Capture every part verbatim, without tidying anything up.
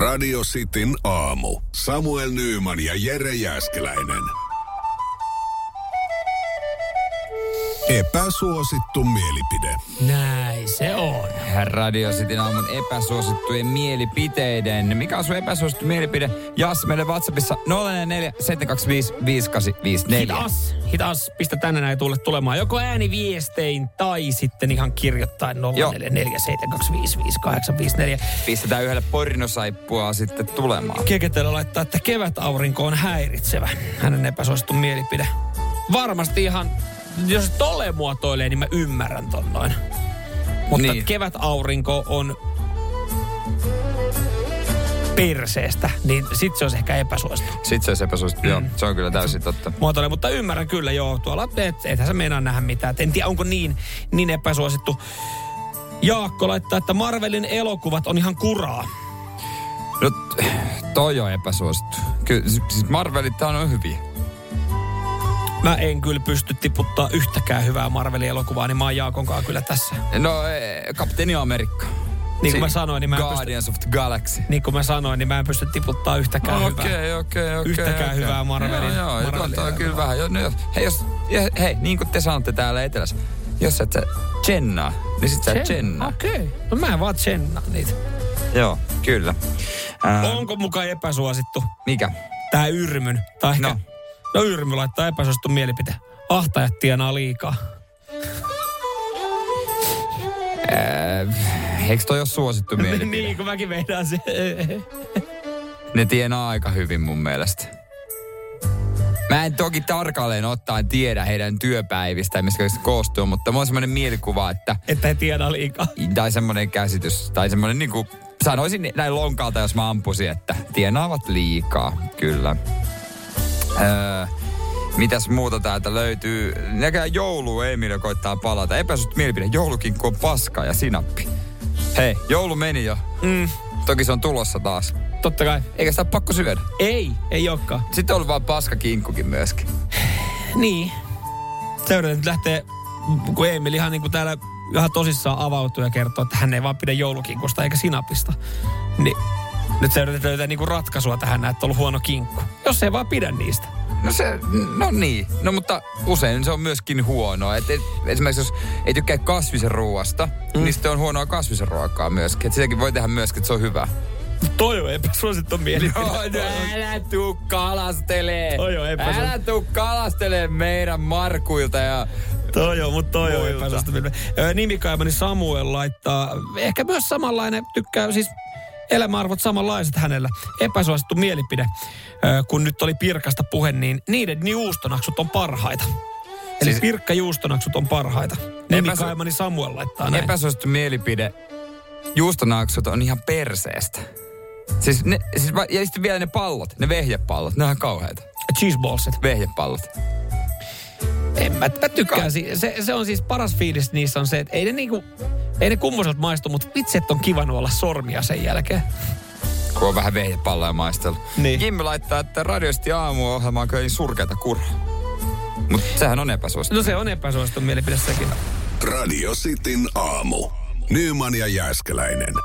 Radio Cityn aamu. Samuel Nyyman ja Jere Jääskeläinen. Epäsuosittu mielipide. Näin se on. Radio Cityn aamun epäsuosittujen mielipiteiden. Mikä on sun epäsuosittu mielipide? Jas meille WhatsAppissa nolla neljä neljä seitsemän kaksi viisi viisi kahdeksan viisi neljä. Hitas, hitas. Pistä tänne näin tulle tulemaan. Joko ääniviestein tai sitten ihan kirjoittain nolla neljä neljä seitsemän kaksi viisi viisi kahdeksan viisi neljä. Pistetään yhdelle pornosaippua sitten tulemaan. Keketellä laittaa, että kevätaurinko on häiritsevä. Hänen epäsuosittu mielipide. Varmasti ihan... Jos se tolleen muotoilee, niin mä ymmärrän ton noin. Mutta niin. Kevätaurinko on perseestä, niin sit se olisi ehkä epäsuosittu. Sit se olisi epäsuosittu, mm. joo. Se on kyllä täysin totta. Muotoilee, mutta ymmärrän kyllä, joo. Tuolla, et, ethän sä meinaa nähdä mitään. Et en tiedä, onko niin, niin epäsuosittu. Jaakko laittaa, että Marvelin elokuvat on ihan kuraa. No, toi on epäsuosittu. Kyllä, siis Marvelit on hyviä. Mä en kyllä pysty tiputtaa yhtäkään hyvää Marvelin elokuvaa, niin mä oon Jaakonkaan kyllä tässä. No, ee, Kapteeni Amerikka. Niin kuin mä sanoin, niin mä en Guardians pysty... of the Galaxy. Niin kuin mä sanoin, niin mä en pysty tiputtaa yhtäkään no, hyvää. Okei, okei, okei. Yhtäkään okay. hyvää Marvelin. Joo, joo, Marvelin toi on kyllä vähän. Jo, no, hei, jos, hei, niin kuin te sanotte täällä etelässä, jos et sä tsennaa, niin sit sä tsennaa. Okei. Okay. No mä en vaan tsennaa niitä. Joo, kyllä. Äh, Onko mukaan epäsuosittu? Mikä? Tää Yrmyn. Tai ehkä... No. No Yrmy laittaa epäsuosittu mielipite. Ahtajat tienaa liikaa. Äh, eikö toi ole suosittu mielipide? Niin, kun mäkin vehdään se. Ne tienaa aika hyvin mun mielestä. Mä en toki tarkalleen ottaen tiedä heidän työpäivistä, mistä se koostuu, mutta mulla on semmoinen mielikuva, että... Että he tienaa liikaa. Tai semmoinen käsitys, tai semmoinen niinku... Sanoisin näin lonkalta, jos mä ampusin, että tienaavat liikaa, kyllä. Öö, mitäs muuta täältä löytyy? Näkään joulu Emilio koittaa palata. Epäsuosittu mielipide, joulukinkku on paska ja sinappi. Hei, joulu meni jo. Mm. Toki se on tulossa taas. Totta kai. Eikä sitä ole pakko syödä. Ei, ei olekaan. Sitten on ollut vaan paskakinkkukin myöskin. Niin. Seuraavaksi nyt lähtee, kun Emil ihan niin kuin täällä ihan tosissaan avautuu ja kertoo, että hän ei vaan pidä joulukinkusta eikä sinapista. Niin nyt seuraavaksi löytää niin kuin ratkaisua tähän, näin, että on ollut huono kinkku. Jos ei vaan pidä niistä. No se, no niin. No mutta usein se on myöskin huonoa. Et, et, esimerkiksi jos ei tykkää kasvisen ruoasta, mm. niin sitten on huonoa kasvisen ruokaa myöskin. Et sitäkin voi tehdä myöskin, että se on hyvä. Toi on epäsuosittu mielipide. No, älä tuu kalastelee. Toi on epäsuosittu. Älä tuu kalastelee meidän Markuilta ja... Toi on, mutta toi on epäsuosittu mielipide. Nimikaimani Samuel laittaa, ehkä myös samanlainen, tykkää siis... Elämäarvot samanlaiset hänellä. Epäsuosittu mielipide. Kun nyt oli Pirkasta puhe, niin niiden juustonaksut on parhaita. Eli siis Pirkka-juustonaksut on parhaita. Nimikaimani Samuel laittaa näin. Epäsuosittu mielipide. Juustonaksut on ihan perseestä. Siis, ne, siis ja sitten vielä ne pallot, ne vehjepallot, ne on kauheita. Cheeseballsit. Vehjepallot. En mä, mä tykkään. Si- se, se on siis paras fiilis niissä on se, että ei ne niinku, ei ne kummoiselta maistu, mutta vitsi, että on kiva nuolla sormia sen jälkeen. Kun on vähän vehjepalloja maistellut. Niin. Kimmy laittaa, että radiosti aamuohjelma on kyllä surkeata kurraa. Mutta sehän on epäsuosittu. No se on epäsuosittu mielipide sekin. Radio Cityn aamu. Nyyman ja Jääskeläinen.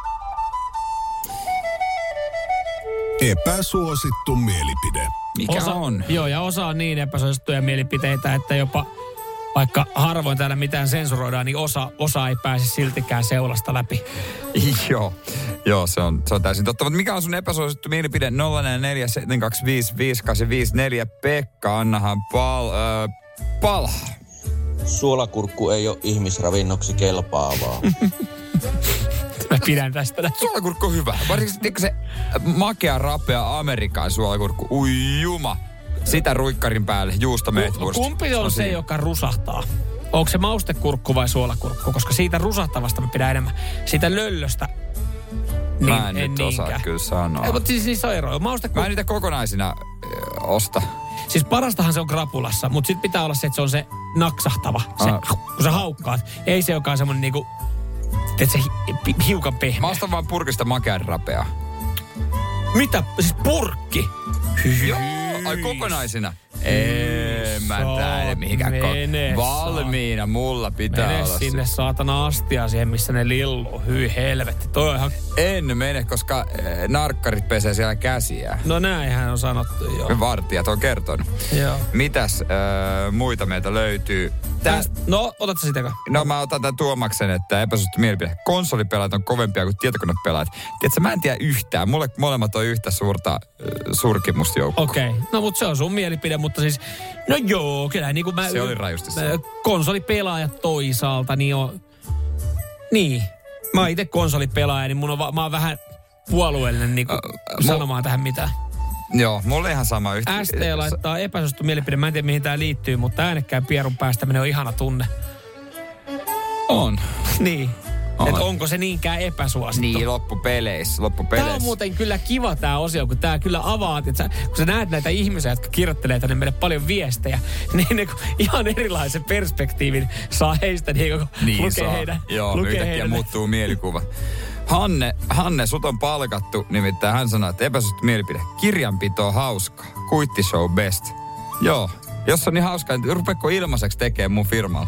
Epäsuosittu mielipide. Mikä osa, on? Joo, ja osa on niin epäsuosittuja mielipiteitä, että jopa vaikka harvoin täällä mitään sensuroidaan, niin osa, osa ei pääse siltikään seulasta läpi. Joo, joo se, on, se on täysin totta. Mutta mikä on sun epäsuosittu mielipide? nolla neljä neljä seitsemän kaksi viisi viisi kahdeksan viisi neljä. Pekka, annahan pal, äh, palha. Suolakurkku ei ole ihmisravinnoksi kelpaavaa. Mä pidän tästä. Suolakurkku on hyvä. Varsinkin se makea, rapea Amerikan suolakurkku. Ui juma. Sitä ruikkarin päälle, juusto meetwurst. Kumpi on, on se, joka rusahtaa? Onko se maustekurkku vai suolakurkku? Koska siitä rusahtavasta mä pidän enemmän. Siitä löllöstä. Niin, mä en, en nyt niinkään. Osaa kyllä sanoa. Ei, mutta siis niissä on eroja. Maustekurkku... Mä en niitä kokonaisina ö, osta. Siis parastahan se on krapulassa, mutta sitten pitää olla se, että se on se naksahtava. Se, ah. Kun sä haukkaat. Ei se, joka on semmonen niinku... Teet se hi, hiukan pehmeä. Mä ostan vaan purkista makean rapeaa. Mitä? Siis purkki? Joo, ai kokonaisina. En tää mihinkään ko- valmiina. Mulla pitää mene olla. sinne saatana astia siihen, missä ne lilluu. Hyi helvetti. Toi on ihan... En mene, koska narkkarit pesee siellä käsiä. No näinhän on sanottu, joo. Vartijat on kertonut. Joo. Mitäs äh, muita meiltä löytyy? Tää... No, otatko sitäkään? No mä otan tämän Tuomaksen, että epäsuosittu mielipide. Konsolipelaajat on kovempia kuin tietokonepelaajat. Tiedätkö, mä en tiedä yhtään. Mulle molemmat on yhtä suurta äh, surkimusjoukkoa. Okei. Okay. No, mutta se on sun mielipide, mutta siis... No joo, kyllä niin kuin mä... Se oli rajusti se. Konsolipelaajat toisaalta, niin on... Niin. Mä oon itse konsolipelaaja, niin mun on va- mä oon vähän puolueellinen niin kuin uh, sanomaan mu- tähän mitään. Joo, mulla ihan sama yhtä. S T laittaa epäsuosittu mielipide. Mä en tiedä, mihin tää liittyy, mutta äänekkään pierun päästäminen on ihana tunne. On. Niin. Että onko se niinkään epäsuosittu? Niin, loppupeleissä, loppupeleissä. Tää on muuten kyllä kiva tää osio, kun tää kyllä avaat, että sä, kun sä näet näitä ihmisiä, jotka kirjoittelee tänne meille paljon viestejä, niin ne ihan erilaisen perspektiivin saa heistä, niin kun niin lukee saa. heidän... Joo, lukee yhtäkkiä heidän... muuttuu mielikuva. Hanne, Hanne, sut on palkattu, nimittäin hän sanoi, että epäsuosittu mielipide. Kirjanpito on hauskaa. Kuittishow best. Joo, jos on niin hauskaa, niin rupeeko ilmaiseksi tekemään mun firmalla?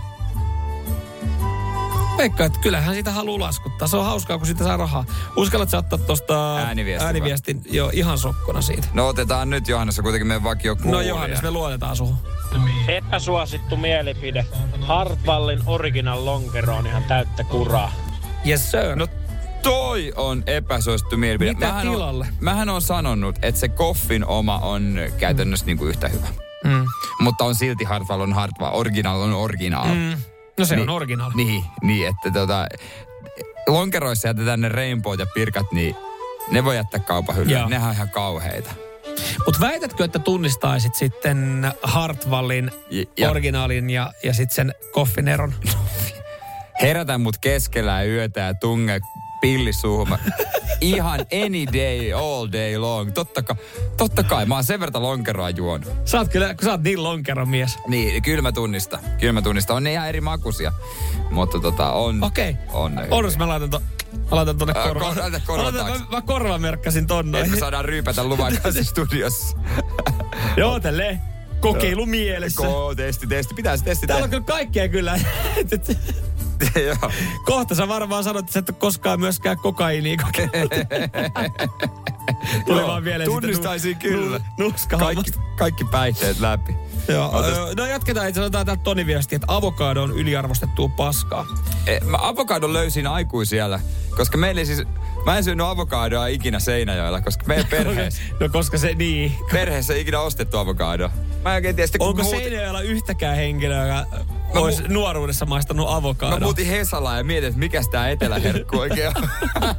Veikka, että kyllähän sitä haluaa laskuttaa. Se on hauskaa, kun siitä saa rahaa. Uskallatko ottaa tuosta ääniviestin, ääniviestin jo ihan sokkona siitä? No otetaan nyt, Johannes, on kuitenkin meidän vakio kuulija. No Johannes, me luotetaan suhun. Epäsuosittu mielipide. Hartwallin original lonkero on ihan täyttä kuraa. Yes sir. No toi on epäsuosittu mielipide. Mitä mähän tilalle? On, mähän on sanonut, että se Koffin oma on käytännössä mm. niin kuin yhtä hyvä. Mm. Mutta on silti Hartwall on Hartwall. Original on original. Mm. No se niin, on originaali. Niin, niin, että tota, lonkeroissa jätetään ne rainbowt ja pirkat, niin ne voi jättää kaupan hyllyyn. Nehän on ihan kauheita. Mutta väitätkö, että tunnistaisit sitten Hartwallin ja, ja, originaalin ja, ja sitten sen Koffin eron? Herätä mut keskellä yötä ja tunge pilli suuhun. Ihan any day, all day long. Totta kai, totta kai. Mä oon sen verran lonkeroa juonut. Sä oot kyllä, kun sä oot niin lonkeromies. Niin, kyllä mä tunnistan. Kyllä mä tunnistan. On ne ihan eri makuisia. Mutta tota, on... Okei. Okay. On ne. Onnes mä laitan, to, mä laitan tonne äh, korvaan. Kor- laita korvan mä, mä, mä korvamerkkasin tonne. Että me saadaan ryypätä luvan kanssa studiossa. Joo, tälleen. Kokeilu mielessä. Ko, testi, testi. Pitäisi testi. Täällä on kyllä kaikkea kyllä. Joo. Kohta sä varmaan sanot, että sä et ole koskaan myöskään kokaiinia kokeillut. Tuli vaan vielä tunnistaisin sitten kyllä. Nuska kaikki, kaikki päihteet läpi. Joo. Tästä... No jatketaan, että sanotaan täältä Toni viestiä, että avokado on yliarvostettua paskaa. E, mä avokadon löysin aikuisiellä, koska meillä siis... Mä en syönyt avokadoa ikinä Seinäjoella, koska meidän perheessä... no koska se niin... Perheessä ei ikinä ostettu avokadoa. Mä en oikein tiedä sitten, onko muut... Seinäjoella yhtäkään henkilöä, joka olisi mu... nuoruudessa maistanut avokadoa? Mä muutin Hesalaan ja mietin, että mikäs tää eteläherkku oikein on.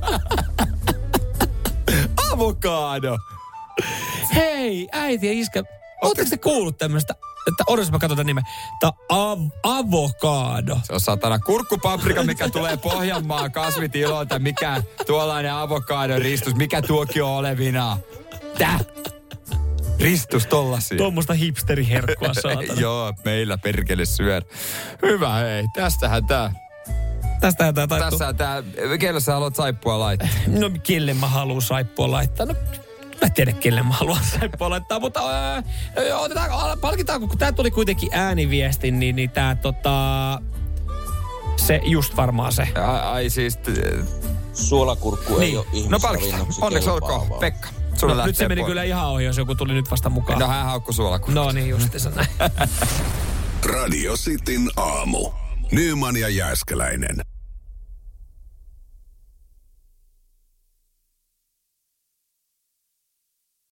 Avokado! Hei, äiti ja iskä, ootteko te kuullut tämmöistä? Että odotas mä katson tämän nimen. Tää av- avokado. Se on satana kurkkupaprika, mikä tulee Pohjanmaan kasvitilolta. Mikä tuollainen avokadon ristus, mikä tuokio olevina. Tää! Ristus tollasia. Tuommoista hipsteriherkkua saatana. Joo, meillä perkele syödä. Hyvä hei, tästähän tää. Tästähän tää taittuu. Tässähän tää, kelle sä haluat saippua laittaa? No kelle mä haluan saippua laittaa? No mä en tiedä, kelle mä haluan saippua laittaa, mutta ää, otetaan, palkitaanko, kun tää tuli kuitenkin ääniviesti, niin, niin tää tota... Se just varmaan se. Ai, ai siis... T- Suolakurkku niin. ei ole No ihmisravinnoksi palkki, onneksi olkoon. Pekka, sulle no, nyt se meni pois. Kyllä ihan ohi, jos joku tuli nyt vasta mukaan. No hän haukku suolakurkku. No niin, justiinsa näin. Radio Cityn aamu. Nyman ja Jääskeläinen.